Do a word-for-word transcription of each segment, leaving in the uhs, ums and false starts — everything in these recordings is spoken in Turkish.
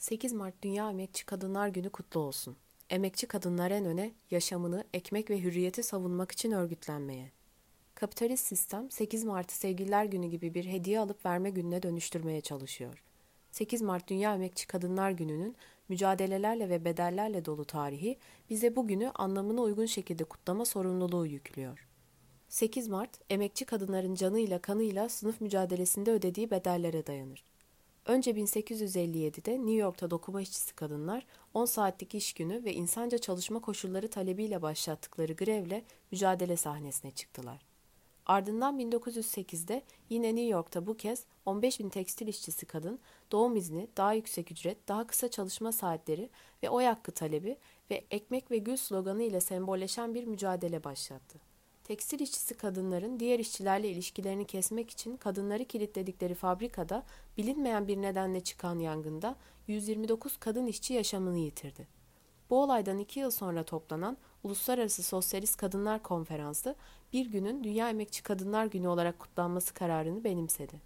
sekiz Mart Dünya Emekçi Kadınlar Günü kutlu olsun. Emekçi kadınlar en öne, yaşamını, ekmek ve hürriyeti savunmak için örgütlenmeye. Kapitalist sistem sekiz Mart'ı Sevgililer Günü gibi bir hediye alıp verme gününe dönüştürmeye çalışıyor. sekiz Mart Dünya Emekçi Kadınlar Günü'nün mücadelelerle ve bedellerle dolu tarihi bize bu günü anlamına uygun şekilde kutlama sorumluluğu yüklüyor. sekiz Mart, emekçi kadınların canıyla kanıyla sınıf mücadelesinde ödediği bedellere dayanır. Önce bin sekiz yüz elli yedide New York'ta dokuma işçisi kadınlar on saatlik iş günü ve insanca çalışma koşulları talebiyle başlattıkları grevle mücadele sahnesine çıktılar. Ardından bin dokuz yüz sekizde yine New York'ta bu kez on beş bin tekstil işçisi kadın doğum izni, daha yüksek ücret, daha kısa çalışma saatleri ve oy hakkı talebi ve ekmek ve gül sloganı ile sembolleşen bir mücadele başlattı. Tekstil işçisi kadınların diğer işçilerle ilişkilerini kesmek için kadınları kilitledikleri fabrikada bilinmeyen bir nedenle çıkan yangında yüz yirmi dokuz kadın işçi yaşamını yitirdi. Bu olaydan iki yıl sonra toplanan Uluslararası Sosyalist Kadınlar Konferansı bir günün Dünya Emekçi Kadınlar Günü olarak kutlanması kararını benimsedi.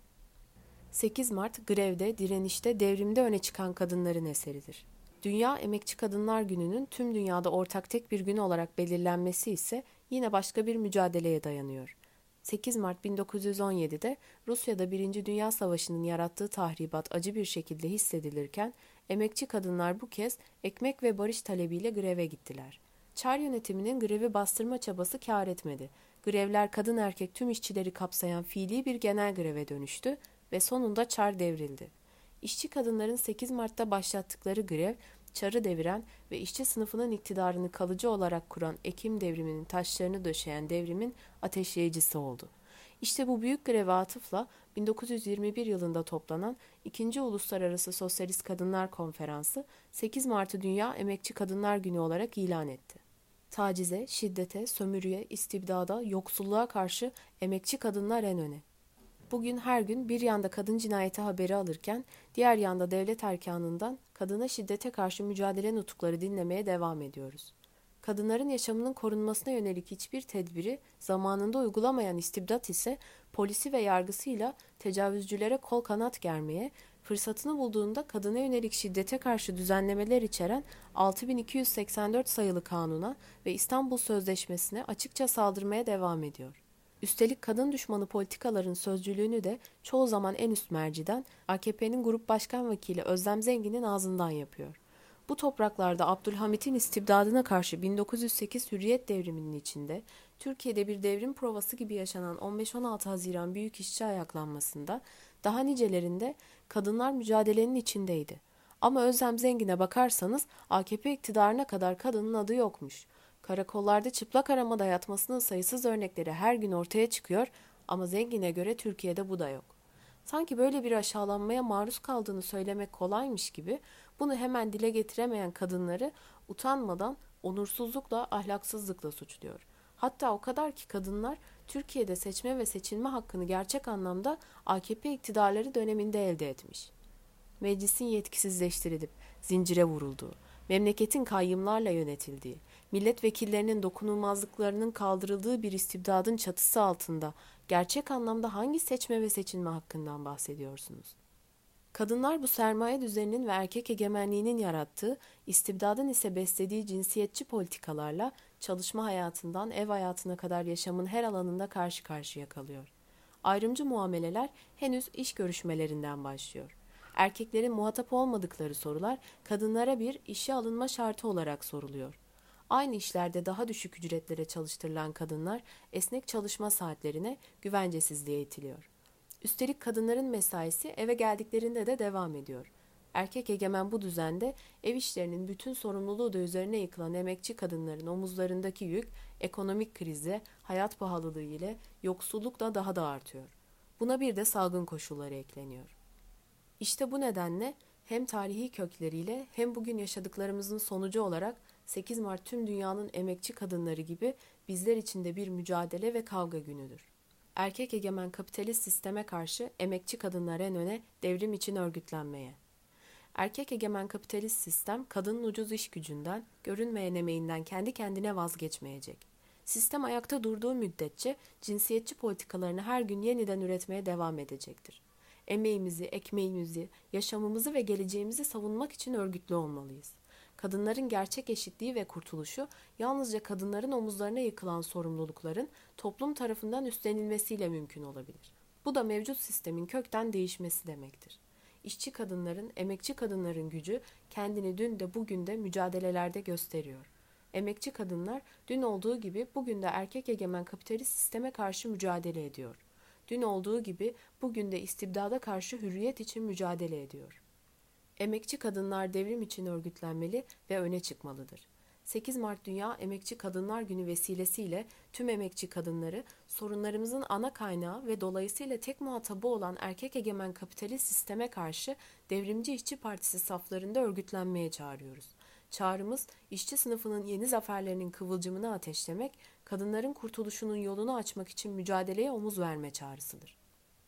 sekiz Mart grevde, direnişte, devrimde öne çıkan kadınların eseridir. Dünya Emekçi Kadınlar Günü'nün tüm dünyada ortak tek bir gün olarak belirlenmesi ise yine başka bir mücadeleye dayanıyor. sekiz Mart bin dokuz yüz on yedide Rusya'da Birinci Dünya Savaşı'nın yarattığı tahribat acı bir şekilde hissedilirken emekçi kadınlar bu kez ekmek ve barış talebiyle greve gittiler. Çar yönetiminin grevi bastırma çabası kâr etmedi. Grevler kadın erkek tüm işçileri kapsayan fiili bir genel greve dönüştü ve sonunda Çar devrildi. İşçi kadınların sekiz Mart'ta başlattıkları grev, Çar'ı deviren ve işçi sınıfının iktidarını kalıcı olarak kuran Ekim devriminin taşlarını döşeyen devrimin ateşleyicisi oldu. İşte bu büyük greve atıfla bin dokuz yüz yirmi bir yılında toplanan ikinci. Uluslararası Sosyalist Kadınlar Konferansı sekiz Mart'ı Dünya Emekçi Kadınlar Günü olarak ilan etti. Tacize, şiddete, sömürüye, istibdada, yoksulluğa karşı emekçi kadınlar en öne. Bugün her gün bir yanda kadın cinayeti haberi alırken diğer yanda devlet erkanından kadına şiddete karşı mücadele nutukları dinlemeye devam ediyoruz. Kadınların yaşamının korunmasına yönelik hiçbir tedbiri zamanında uygulamayan istibdat ise polisi ve yargısıyla tecavüzcülere kol kanat germeye, fırsatını bulduğunda kadına yönelik şiddete karşı düzenlemeler içeren altı bin iki yüz seksen dört sayılı kanuna ve İstanbul Sözleşmesi'ne açıkça saldırmaya devam ediyor. Üstelik kadın düşmanı politikaların sözcülüğünü de çoğu zaman en üst merciden A K P'nin Grup Başkan Vekili Özlem Zengin'in ağzından yapıyor. Bu topraklarda Abdülhamit'in istibdadına karşı bin dokuz yüz sekiz Hürriyet Devriminin içinde Türkiye'de bir devrim provası gibi yaşanan on beş on altı Haziran Büyük İşçi Ayaklanması'nda daha nicelerinde kadınlar mücadelenin içindeydi. Ama Özlem Zengin'e bakarsanız A K P iktidarına kadar kadının adı yokmuş. Karakollarda çıplak aramada yatmasının sayısız örnekleri her gün ortaya çıkıyor ama Zengin'e göre Türkiye'de bu da yok. Sanki böyle bir aşağılanmaya maruz kaldığını söylemek kolaymış gibi bunu hemen dile getiremeyen kadınları utanmadan onursuzlukla, ahlaksızlıkla suçluyor. Hatta o kadar ki kadınlar Türkiye'de seçme ve seçilme hakkını gerçek anlamda A K P iktidarları döneminde elde etmiş. Meclisin yetkisizleştirilip zincire vurulduğu, memleketin kayyımlarla yönetildiği, milletvekillerinin dokunulmazlıklarının kaldırıldığı bir istibdadın çatısı altında gerçek anlamda hangi seçme ve seçilme hakkından bahsediyorsunuz? Kadınlar bu sermaye düzeninin ve erkek egemenliğinin yarattığı, istibdadın ise beslediği cinsiyetçi politikalarla çalışma hayatından ev hayatına kadar yaşamın her alanında karşı karşıya kalıyor. Ayrımcı muameleler henüz iş görüşmelerinden başlıyor. Erkeklerin muhatap olmadıkları sorular kadınlara bir işe alınma şartı olarak soruluyor. Aynı işlerde daha düşük ücretlere çalıştırılan kadınlar esnek çalışma saatlerine, güvencesizliğe itiliyor. Üstelik kadınların mesaisi eve geldiklerinde de devam ediyor. Erkek egemen bu düzende ev işlerinin bütün sorumluluğu da üzerine yıkılan emekçi kadınların omuzlarındaki yük ekonomik krize, hayat pahalılığı ile yoksullukla daha da artıyor. Buna bir de salgın koşulları ekleniyor. İşte bu nedenle hem tarihi kökleriyle hem bugün yaşadıklarımızın sonucu olarak sekiz Mart tüm dünyanın emekçi kadınları gibi bizler için de bir mücadele ve kavga günüdür. Erkek egemen kapitalist sisteme karşı emekçi kadınlar en öne, devrim için örgütlenmeye. Erkek egemen kapitalist sistem kadının ucuz iş gücünden, görünmeyen emeğinden kendi kendine vazgeçmeyecek. Sistem ayakta durduğu müddetçe cinsiyetçi politikalarını her gün yeniden üretmeye devam edecektir. Emeğimizi, ekmeğimizi, yaşamımızı ve geleceğimizi savunmak için örgütlü olmalıyız. Kadınların gerçek eşitliği ve kurtuluşu yalnızca kadınların omuzlarına yıkılan sorumlulukların toplum tarafından üstlenilmesiyle mümkün olabilir. Bu da mevcut sistemin kökten değişmesi demektir. İşçi kadınların, emekçi kadınların gücü kendini dün de bugün de mücadelelerde gösteriyor. Emekçi kadınlar dün olduğu gibi bugün de erkek egemen kapitalist sisteme karşı mücadele ediyor. Dün olduğu gibi bugün de istibdada karşı hürriyet için mücadele ediyor. Emekçi kadınlar devrim için örgütlenmeli ve öne çıkmalıdır. sekiz Mart Dünya Emekçi Kadınlar Günü vesilesiyle tüm emekçi kadınları sorunlarımızın ana kaynağı ve dolayısıyla tek muhatabı olan erkek egemen kapitalist sisteme karşı Devrimci İşçi Partisi saflarında örgütlenmeye çağırıyoruz. Çağrımız, işçi sınıfının yeni zaferlerinin kıvılcımını ateşlemek, kadınların kurtuluşunun yolunu açmak için mücadeleye omuz verme çağrısıdır.